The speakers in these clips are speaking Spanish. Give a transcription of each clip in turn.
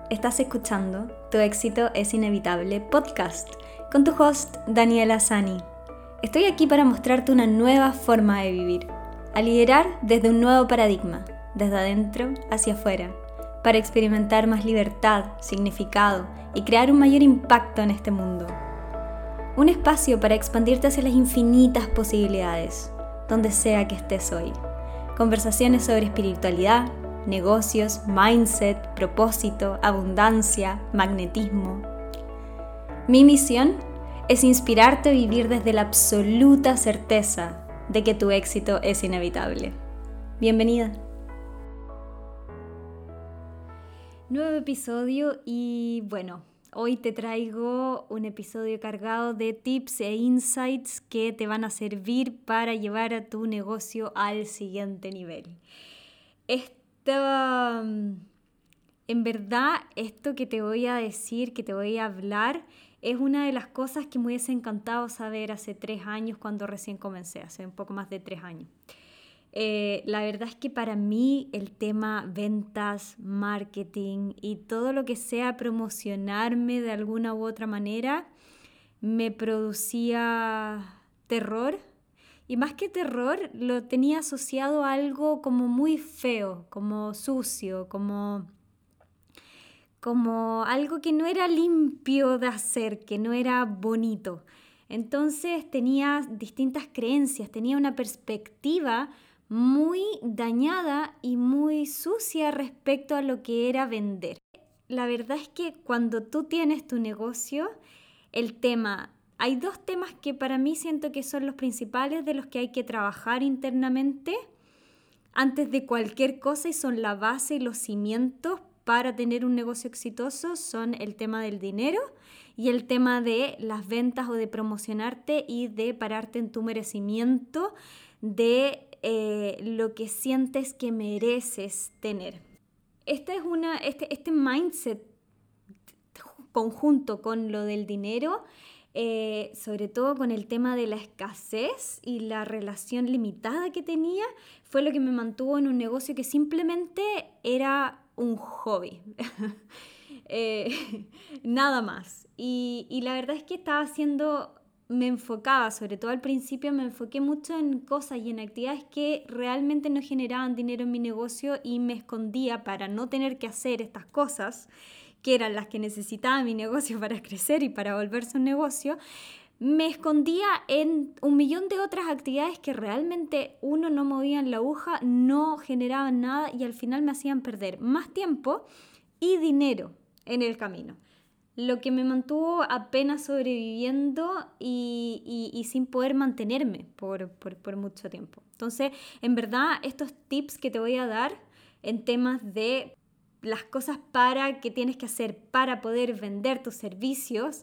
Estás escuchando Tu éxito es inevitable podcast con tu host Daniela Sani. Estoy aquí para mostrarte una nueva forma de vivir, a liderar desde un nuevo paradigma, desde adentro hacia afuera, para experimentar más libertad, significado y crear un mayor impacto en este mundo. Un espacio para expandirte hacia las infinitas posibilidades, donde sea que estés hoy. Conversaciones sobre espiritualidad, negocios, mindset, propósito, abundancia, magnetismo. Mi misión es inspirarte a vivir desde la absoluta certeza de que tu éxito es inevitable. Bienvenida. Nuevo episodio y bueno, hoy te traigo un episodio cargado de tips e insights que te van a servir para llevar a tu negocio al siguiente nivel. En verdad, esto que te voy a decir, que te voy a hablar, es una de las cosas que me hubiese encantado saber hace 3 años cuando recién comencé, hace un poco más de 3 años. La verdad es que para mí el tema ventas, marketing y todo lo que sea promocionarme de alguna u otra manera me producía terror. Y más que terror, lo tenía asociado a algo como muy feo, como sucio, como algo que no era limpio de hacer, que no era bonito. Entonces tenía distintas creencias, tenía una perspectiva muy dañada y muy sucia respecto a lo que era vender. La verdad es que cuando tú tienes tu negocio, hay 2 temas que para mí siento que son los principales de los que hay que trabajar internamente antes de cualquier cosa y son la base y los cimientos para tener un negocio exitoso. Son el tema del dinero y el tema de las ventas o de promocionarte y de pararte en tu merecimiento de lo que sientes que mereces tener. Este mindset conjunto con lo del dinero, sobre todo con el tema de la escasez y la relación limitada que tenía, fue lo que me mantuvo en un negocio que simplemente era un hobby. Nada más. Y la verdad es que me enfocaba, sobre todo al principio, me enfoqué mucho en cosas y en actividades que realmente no generaban dinero en mi negocio y me escondía para no tener que hacer estas cosas que eran las que necesitaba mi negocio para crecer y para volverse un negocio. Me escondía en un millón de otras actividades que realmente no movían la aguja, no generaban nada y al final me hacían perder más tiempo y dinero en el camino. Lo que me mantuvo apenas sobreviviendo y sin poder mantenerme por mucho tiempo. Entonces, en verdad, estos tips que te voy a dar en temas de las cosas que tienes que hacer para poder vender tus servicios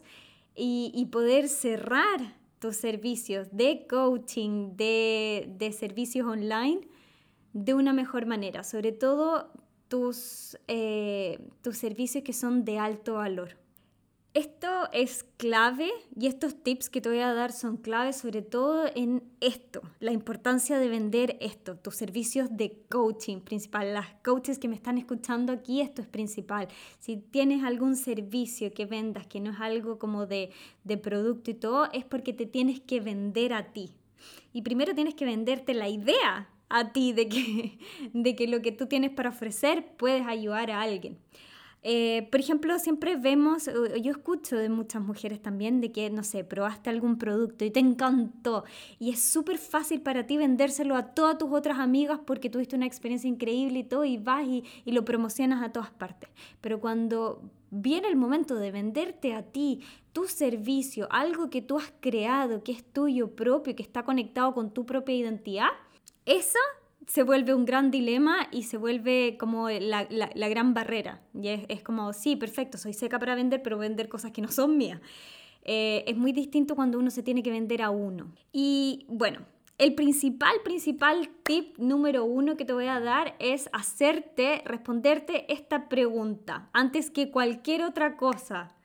y poder cerrar tus servicios de coaching, de servicios online de una mejor manera, sobre todo tus servicios que son de alto valor. Esto es clave y estos tips que te voy a dar son claves sobre todo en esto, la importancia de vender esto, tus servicios de coaching principal. Las coaches que me están escuchando aquí, esto es principal. Si tienes algún servicio que vendas que no es algo como de producto y todo, es porque te tienes que vender a ti. Y primero tienes que venderte la idea a ti de que lo que tú tienes para ofrecer puedes ayudar a alguien. Por ejemplo, siempre yo escucho de muchas mujeres también de que, no sé, probaste algún producto y te encantó y es súper fácil para ti vendérselo a todas tus otras amigas porque tuviste una experiencia increíble y todo y vas y lo promocionas a todas partes. Pero cuando viene el momento de venderte a ti, tu servicio, algo que tú has creado, que es tuyo propio, que está conectado con tu propia identidad, esa se vuelve un gran dilema y se vuelve como la gran barrera. Y es como, sí, perfecto, soy seca para vender, pero vender cosas que no son mías. Es muy distinto cuando uno se tiene que vender a uno. Y bueno, el principal tip número 1 que te voy a dar es responderte esta pregunta antes que cualquier otra cosa.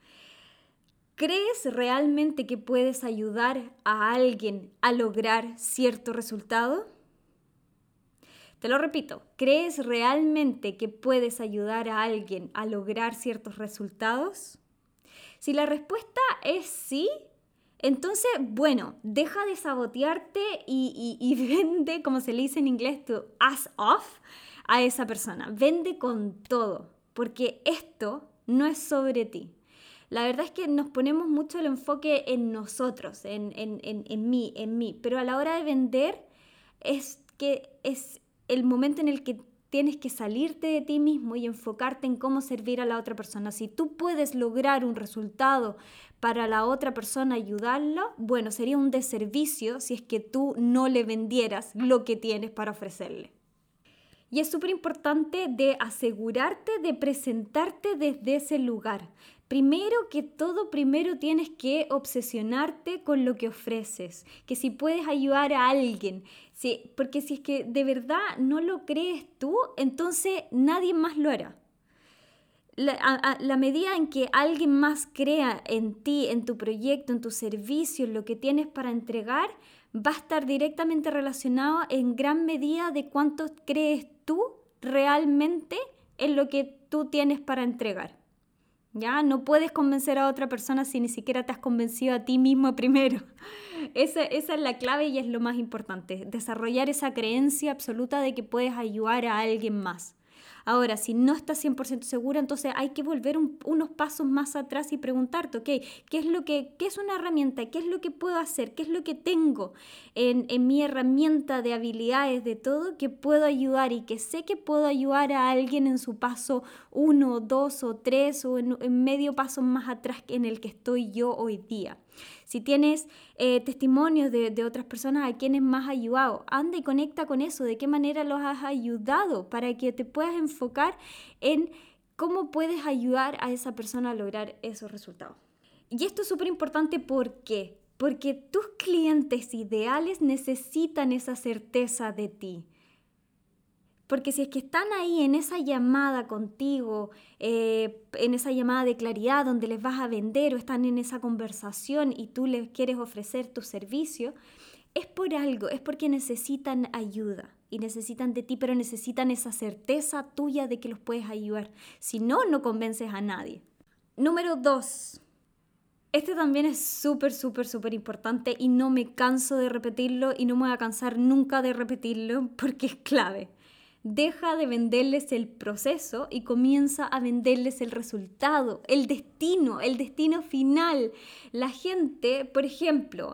¿Crees realmente que puedes ayudar a alguien a lograr cierto resultado? Te lo repito, ¿crees realmente que puedes ayudar a alguien a lograr ciertos resultados? Si la respuesta es sí, entonces, bueno, deja de sabotearte y vende, como se le dice en inglés, tu ass off a esa persona. Vende con todo, porque esto no es sobre ti. La verdad es que nos ponemos mucho el enfoque en nosotros, en mí, pero a la hora de vender es que es el momento en el que tienes que salirte de ti mismo y enfocarte en cómo servir a la otra persona. Si tú puedes lograr un resultado para la otra persona, ayudarla, bueno, sería un desservicio si es que tú no le vendieras lo que tienes para ofrecerle. Y es súper importante de asegurarte de presentarte desde ese lugar. Primero que todo, primero tienes que obsesionarte con lo que ofreces, que si puedes ayudar a alguien, porque si es que de verdad no lo crees tú, entonces nadie más lo hará. La medida en que alguien más crea en ti, en tu proyecto, en tu servicio, en lo que tienes para entregar, va a estar directamente relacionado en gran medida de cuánto crees tú realmente en lo que tú tienes para entregar. ¿Ya? No puedes convencer a otra persona si ni siquiera te has convencido a ti mismo primero. Esa es la clave y es lo más importante, desarrollar esa creencia absoluta de que puedes ayudar a alguien más. Ahora, si no estás 100% segura, entonces hay que volver unos pasos más atrás y preguntarte, ok, ¿qué es una herramienta? ¿Qué es lo que puedo hacer? ¿Qué es lo que tengo en mi herramienta de habilidades, de todo, que puedo ayudar y que sé que puedo ayudar a alguien en su paso 1, 2 o 3 o en medio paso más atrás en el que estoy yo hoy día? Si tienes testimonios de otras personas a quienes más has ayudado, anda y conecta con eso, de qué manera los has ayudado para que te puedas enfocar en cómo puedes ayudar a esa persona a lograr esos resultados. Y esto es súper importante, ¿por qué? Porque tus clientes ideales necesitan esa certeza de ti. Porque si es que están ahí en esa llamada contigo, en esa llamada de claridad donde les vas a vender o están en esa conversación y tú les quieres ofrecer tu servicio, es por algo, es porque necesitan ayuda y necesitan de ti, pero necesitan esa certeza tuya de que los puedes ayudar. Si no, no convences a nadie. Número 2. Este también es súper, súper, súper importante y no me canso de repetirlo y no me voy a cansar nunca de repetirlo porque es clave. Deja de venderles el proceso y comienza a venderles el resultado, el destino final. La gente, por ejemplo,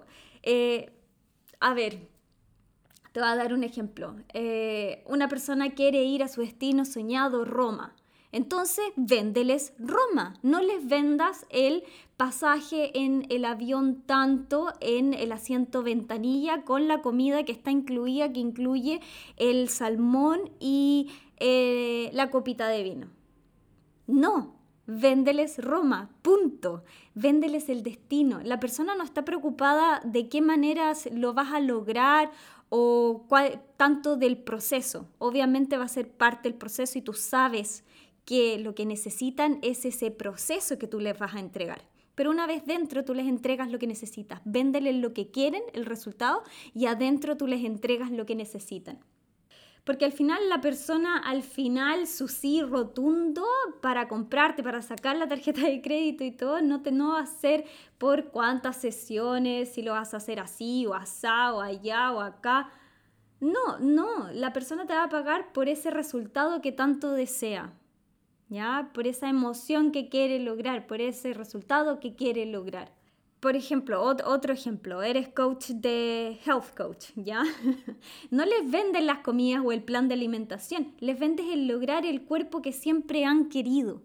a ver, te voy a dar un ejemplo. Una persona quiere ir a su destino soñado, Roma. Entonces, véndeles Roma. No les vendas el pasaje en el avión tanto, en el asiento ventanilla, con la comida que está incluida, que incluye el salmón y la copita de vino. No, véndeles Roma, punto. Véndeles el destino. La persona no está preocupada de qué manera lo vas a lograr o tanto del proceso. Obviamente va a ser parte del proceso y tú sabes que lo que necesitan es ese proceso que tú les vas a entregar. Pero una vez dentro tú les entregas lo que necesitas. Véndeles lo que quieren, el resultado, y adentro tú les entregas lo que necesitan. Porque al final la persona, su sí rotundo para comprarte, para sacar la tarjeta de crédito y todo, no va a ser por cuántas sesiones, si lo vas a hacer así o asá o allá o acá. No, la persona te va a pagar por ese resultado que tanto desea. ¿Ya? Por esa emoción que quiere lograr, por ese resultado que quiere lograr. Por ejemplo, otro ejemplo, eres coach de health coach, ¿ya? No les vendes las comidas o el plan de alimentación, les vendes el lograr el cuerpo que siempre han querido.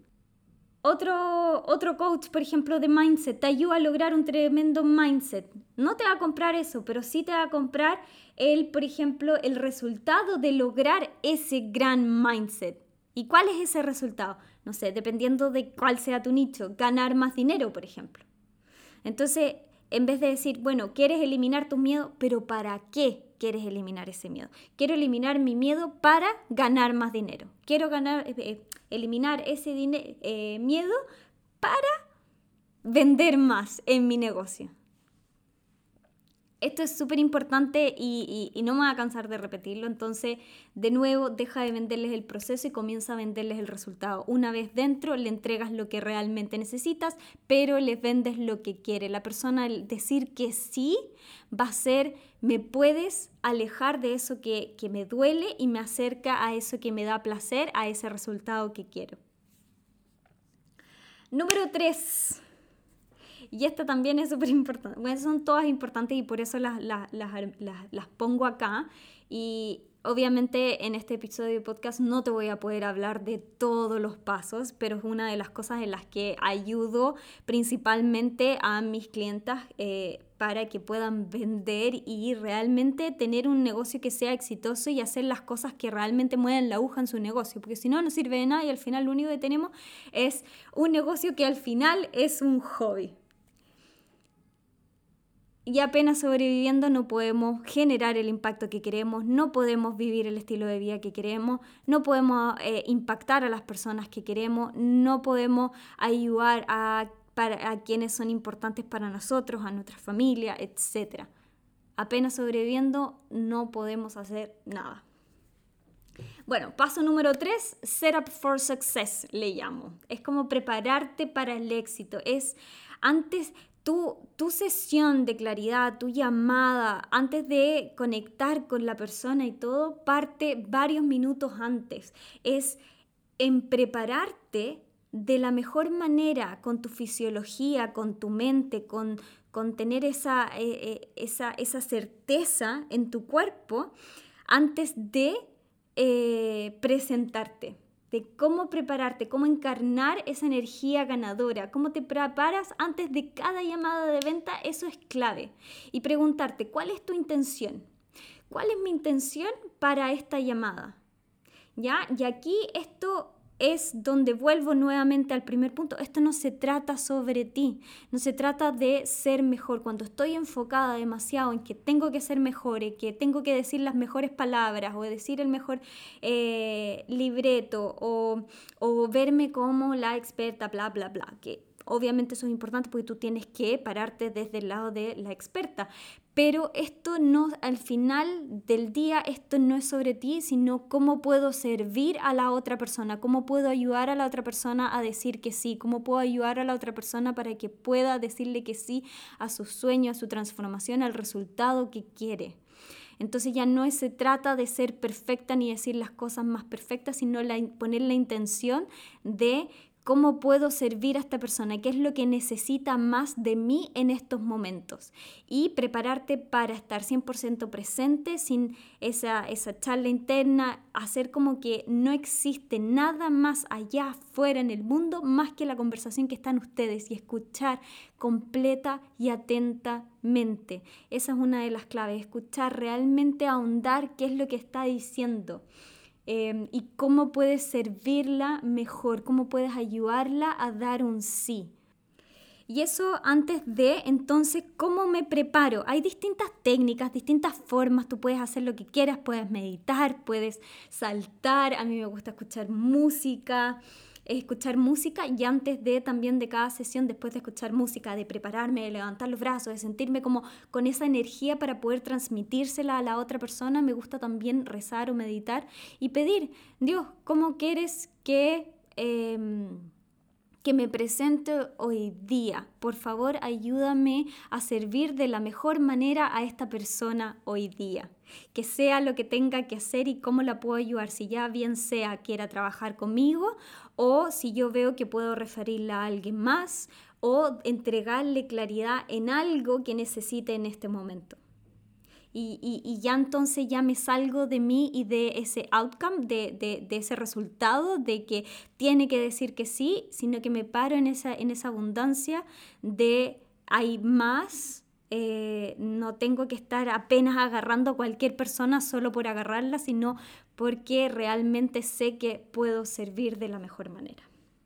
Otro coach, por ejemplo, de mindset, te ayuda a lograr un tremendo mindset. No te va a comprar eso, pero sí te va a comprar por ejemplo, el resultado de lograr ese gran mindset. ¿Y cuál es ese resultado? No sé, dependiendo de cuál sea tu nicho, ganar más dinero, por ejemplo. Entonces, en vez de decir, bueno, quieres eliminar tu miedo, pero ¿para qué quieres eliminar ese miedo? Quiero eliminar mi miedo para ganar más dinero. Quiero eliminar ese miedo para vender más en mi negocio. Esto es súper importante y no me voy a cansar de repetirlo. Entonces, de nuevo, deja de venderles el proceso y comienza a venderles el resultado. Una vez dentro, le entregas lo que realmente necesitas, pero les vendes lo que quiere. La persona, al decir que sí, va a ser, me puedes alejar de eso que me duele y me acerca a eso que me da placer, a ese resultado que quiero. Número 3. Y esta también es súper importante. Bueno, son todas importantes y por eso las pongo acá. Y obviamente en este episodio de podcast no te voy a poder hablar de todos los pasos, pero es una de las cosas en las que ayudo principalmente a mis clientas para que puedan vender y realmente tener un negocio que sea exitoso y hacer las cosas que realmente muevan la aguja en su negocio. Porque si no, no sirve de nada y al final lo único que tenemos es un negocio que al final es un hobby. Y apenas sobreviviendo no podemos generar el impacto que queremos, no podemos vivir el estilo de vida que queremos, no podemos impactar a las personas que queremos, no podemos ayudar a quienes son importantes para nosotros, a nuestra familia, etc. Apenas sobreviviendo no podemos hacer nada. Bueno, paso número 3, Setup for Success le llamo. Es como prepararte para el éxito. Es antes tu sesión de claridad, tu llamada, antes de conectar con la persona y todo, parte varios minutos antes. Es en prepararte de la mejor manera con tu fisiología, con tu mente, con tener esa certeza en tu cuerpo antes de presentarte, de cómo prepararte, cómo encarnar esa energía ganadora, cómo te preparas antes de cada llamada de venta, eso es clave. Y preguntarte, ¿cuál es tu intención? ¿Cuál es mi intención para esta llamada? ¿Ya? Y aquí esto es donde vuelvo nuevamente al primer punto. Esto no se trata sobre ti, no se trata de ser mejor. Cuando estoy enfocada demasiado en que tengo que ser mejor, en que tengo que decir las mejores palabras o decir el mejor libreto o verme como la experta, bla, bla, bla, que obviamente eso es importante porque tú tienes que pararte desde el lado de la experta. Pero esto no, al final del día, esto no es sobre ti, sino cómo puedo servir a la otra persona, cómo puedo ayudar a la otra persona a decir que sí, cómo puedo ayudar a la otra persona para que pueda decirle que sí a su sueño, a su transformación, al resultado que quiere. Entonces ya no se trata de ser perfecta ni decir las cosas más perfectas, sino poner la intención de cómo puedo servir a esta persona, qué es lo que necesita más de mí en estos momentos. Y prepararte para estar 100% presente, sin esa charla interna, hacer como que no existe nada más allá afuera en el mundo más que la conversación que están ustedes y escuchar completa y atentamente. Esa es una de las claves, escuchar realmente, ahondar qué es lo que está diciendo. Y cómo puedes servirla mejor, cómo puedes ayudarla a dar un sí. Y eso antes de, entonces, ¿cómo me preparo? Hay distintas técnicas, distintas formas, tú puedes hacer lo que quieras, puedes meditar, puedes saltar, a mí me gusta escuchar música y antes de también de cada sesión, después de escuchar música, de prepararme, de levantar los brazos, de sentirme como con esa energía para poder transmitírsela a la otra persona, me gusta también rezar o meditar y pedir, Dios, ¿cómo quieres que me presente hoy día? Por favor, ayúdame a servir de la mejor manera a esta persona hoy día. Que sea lo que tenga que hacer y cómo la puedo ayudar, si ya bien sea quiera trabajar conmigo o si yo veo que puedo referirla a alguien más o entregarle claridad en algo que necesite en este momento. Y ya entonces ya me salgo de mí y de ese outcome, de ese resultado de que tiene que decir que sí, sino que me paro en esa abundancia de hay más. No tengo que estar apenas agarrando a cualquier persona solo por agarrarla, sino porque realmente sé que puedo servir de la mejor manera.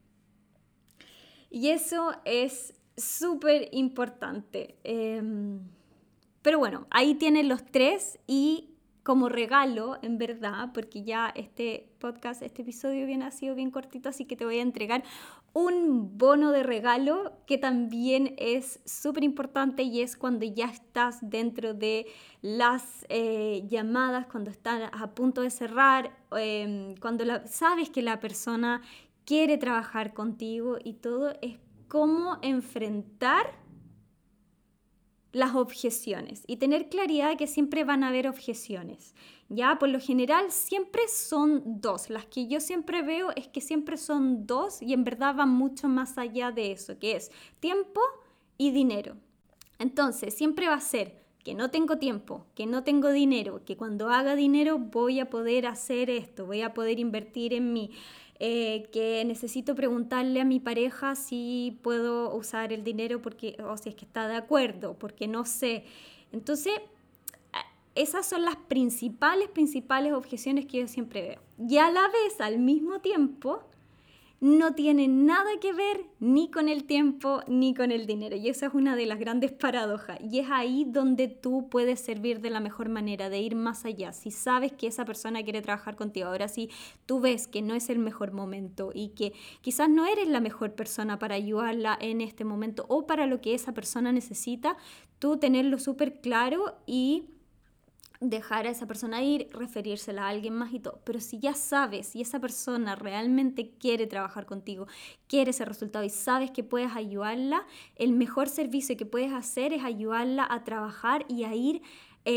Y eso es súper importante. Pero bueno, ahí tienen los 3 y como regalo, en verdad, porque ya este podcast, este episodio ha sido bien cortito, así que te voy a entregar un bono de regalo que también es súper importante, y es cuando ya estás dentro de las llamadas, cuando estás a punto de cerrar, cuando sabes que la persona quiere trabajar contigo y todo, es cómo enfrentar las objeciones y tener claridad de que siempre van a haber objeciones. Ya, por lo general siempre son dos. Las que yo siempre veo es que siempre son dos, y en verdad van mucho más allá de eso, que es tiempo y dinero. Entonces, siempre va a ser que no tengo tiempo, que no tengo dinero, que cuando haga dinero voy a poder hacer esto, voy a poder invertir en mí. Que necesito preguntarle a mi pareja si puedo usar el dinero o si es que está de acuerdo, porque no sé. Entonces, esas son las principales objeciones que yo siempre veo. Y a la vez, al mismo tiempo, no tiene nada que ver ni con el tiempo ni con el dinero. Y esa es una de las grandes paradojas. Y es ahí donde tú puedes servir de la mejor manera, de ir más allá. Si sabes que esa persona quiere trabajar contigo, ahora si tú ves que no es el mejor momento y que quizás no eres la mejor persona para ayudarla en este momento o para lo que esa persona necesita, tú tenerlo súper claro y dejar a esa persona ir, referírsela a alguien más y todo. Pero si ya sabes y esa persona realmente quiere trabajar contigo, quiere ese resultado y sabes que puedes ayudarla, el mejor servicio que puedes hacer es ayudarla a trabajar y a ir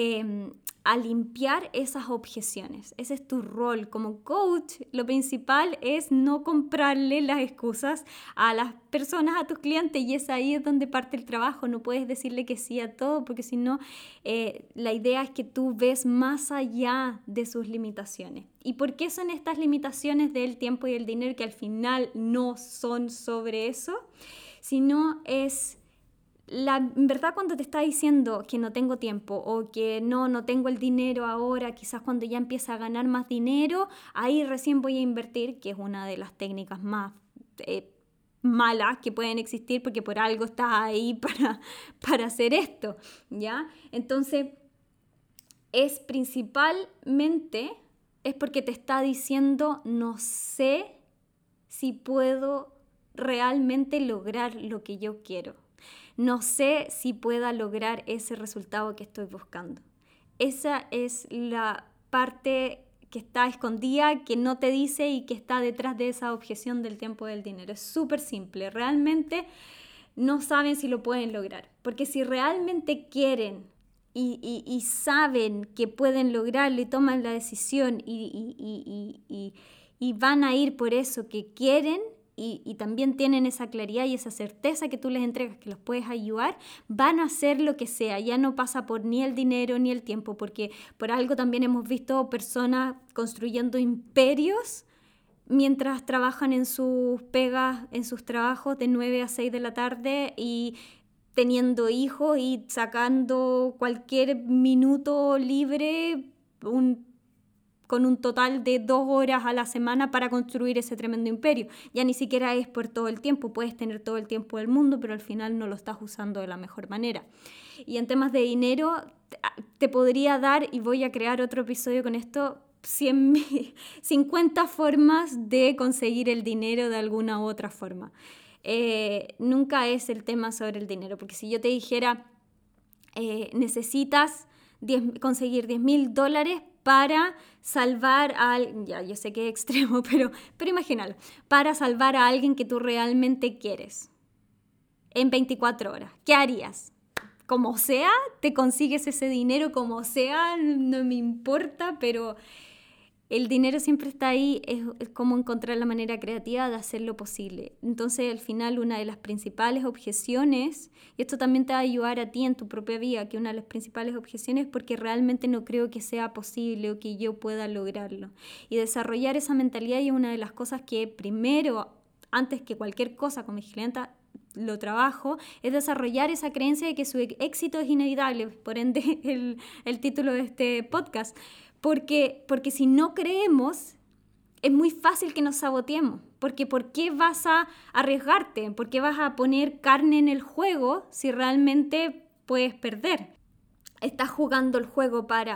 a limpiar esas objeciones. Ese es tu rol como coach. Lo principal es no comprarle las excusas a las personas, a tus clientes, y es ahí donde parte el trabajo. No puedes decirle que sí a todo, porque si no, la idea es que tú ves más allá de sus limitaciones. ¿Y por qué son estas limitaciones del tiempo y el dinero, que al final no son sobre eso, sino es... En verdad, cuando te está diciendo que no tengo tiempo o que no tengo el dinero ahora, quizás cuando ya empieza a ganar más dinero, ahí recién voy a invertir, que es una de las técnicas más malas que pueden existir, porque por algo estás ahí para hacer esto, ¿ya? Entonces, es principalmente, es porque te está diciendo, no sé si puedo realmente lograr lo que yo quiero. No sé si pueda lograr ese resultado que estoy buscando. Esa es la parte que está escondida, que no te dice y que está detrás de esa objeción del tiempo y del dinero. Es súper simple. Realmente no saben si lo pueden lograr. Porque si realmente quieren y saben que pueden lograrlo y toman la decisión y van a ir por eso que quieren, y también tienen esa claridad y esa certeza que tú les entregas que los puedes ayudar, van a hacer lo que sea. Ya no pasa por ni el dinero ni el tiempo, porque por algo también hemos visto personas construyendo imperios mientras trabajan en sus pegas, en sus trabajos de 9 a 6 de la tarde, y teniendo hijos y sacando cualquier minuto libre, con un total de 2 horas a la semana para construir ese tremendo imperio. Ya ni siquiera es por todo el tiempo, puedes tener todo el tiempo del mundo, pero al final no lo estás usando de la mejor manera. Y en temas de dinero, te podría dar, y voy a crear otro episodio con esto, 50 formas de conseguir el dinero de alguna u otra forma. Nunca es el tema sobre el dinero, porque si yo te dijera, necesitas conseguir $10,000 para salvar a... Ya, yo sé que es extremo, pero imagínalo. Para salvar a alguien que tú realmente quieres en 24 horas. ¿Qué harías? Como sea, te consigues ese dinero, como sea, no me importa, pero el dinero siempre está ahí, es como encontrar la manera creativa de hacerlo posible. Entonces, al final, una de las principales objeciones, y esto también te va a ayudar a ti en tu propia vida, que una de las principales objeciones es porque realmente no creo que sea posible o que yo pueda lograrlo. Y desarrollar esa mentalidad es una de las cosas que primero, antes que cualquier cosa con mis clientas, lo trabajo, es desarrollar esa creencia de que su éxito es inevitable, por ende el título de este podcast. Porque si no creemos, es muy fácil que nos saboteemos. Porque ¿por qué vas a arriesgarte? ¿Por qué vas a poner carne en el juego si realmente puedes perder? Estás jugando el juego para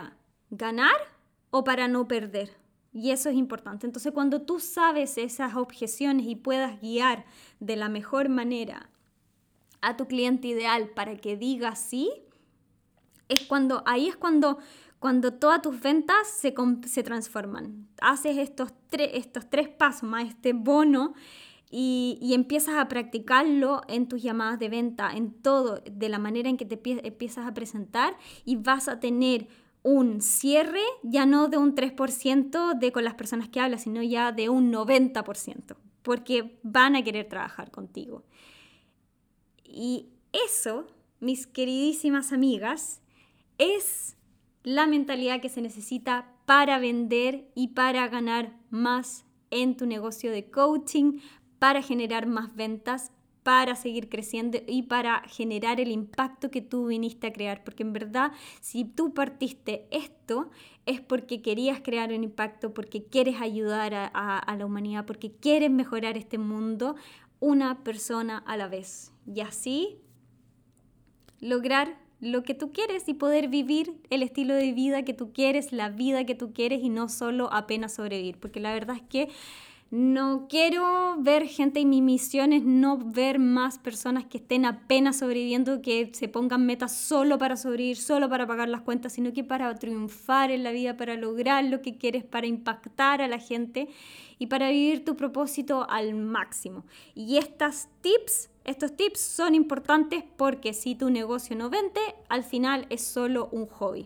ganar o para no perder. Y eso es importante. Entonces, cuando tú sabes esas objeciones y puedas guiar de la mejor manera a tu cliente ideal para que diga sí, ahí es cuando todas tus ventas se transforman. Haces estos tres pasos más este bono y empiezas a practicarlo en tus llamadas de venta, en todo, de la manera en que te empiezas a presentar, y vas a tener un cierre ya no de un 3% con las personas que hablas, sino ya de un 90%, porque van a querer trabajar contigo. Y eso, mis queridísimas amigas, es la mentalidad que se necesita para vender y para ganar más en tu negocio de coaching, para generar más ventas, para seguir creciendo y para generar el impacto que tú viniste a crear. Porque en verdad, si tú partiste esto, es porque querías crear un impacto, porque quieres ayudar a la humanidad, porque quieres mejorar este mundo una persona a la vez. Y así lograr lo que tú quieres y poder vivir el estilo de vida que tú quieres, la vida que tú quieres, y no solo apenas sobrevivir. Porque la verdad es que no quiero ver gente, y mi misión es no ver más personas que estén apenas sobreviviendo, que se pongan metas solo para sobrevivir, solo para pagar las cuentas, sino que para triunfar en la vida, para lograr lo que quieres, para impactar a la gente y para vivir tu propósito al máximo. Y estos tips son importantes porque si tu negocio no vende, al final es solo un hobby.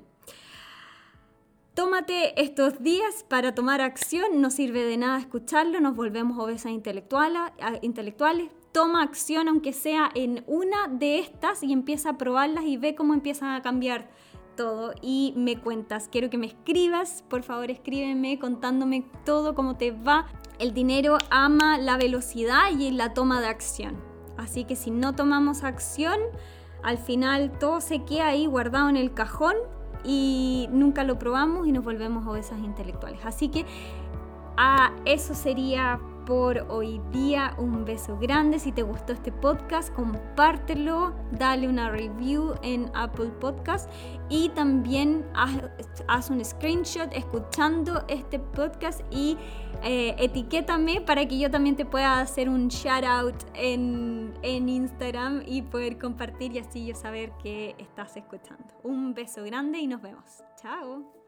Tómate estos días para tomar acción, no sirve de nada escucharlo, nos volvemos obesas intelectuales. Toma acción aunque sea en una de estas y empieza a probarlas y ve cómo empiezan a cambiar todo y me cuentas. Quiero que me escribas, por favor escríbeme contándome todo cómo te va. El dinero ama la velocidad y la toma de acción. Así que si no tomamos acción, al final todo se queda ahí guardado en el cajón y nunca lo probamos y nos volvemos obesas intelectuales. Así que eso sería por hoy día. Un beso grande. Si te gustó este podcast, compártelo, dale una review en Apple Podcast y también haz un screenshot escuchando este podcast y etiquétame para que yo también te pueda hacer un shout out en Instagram y poder compartir y así yo saber que estás escuchando. Un beso grande y nos vemos. Chao.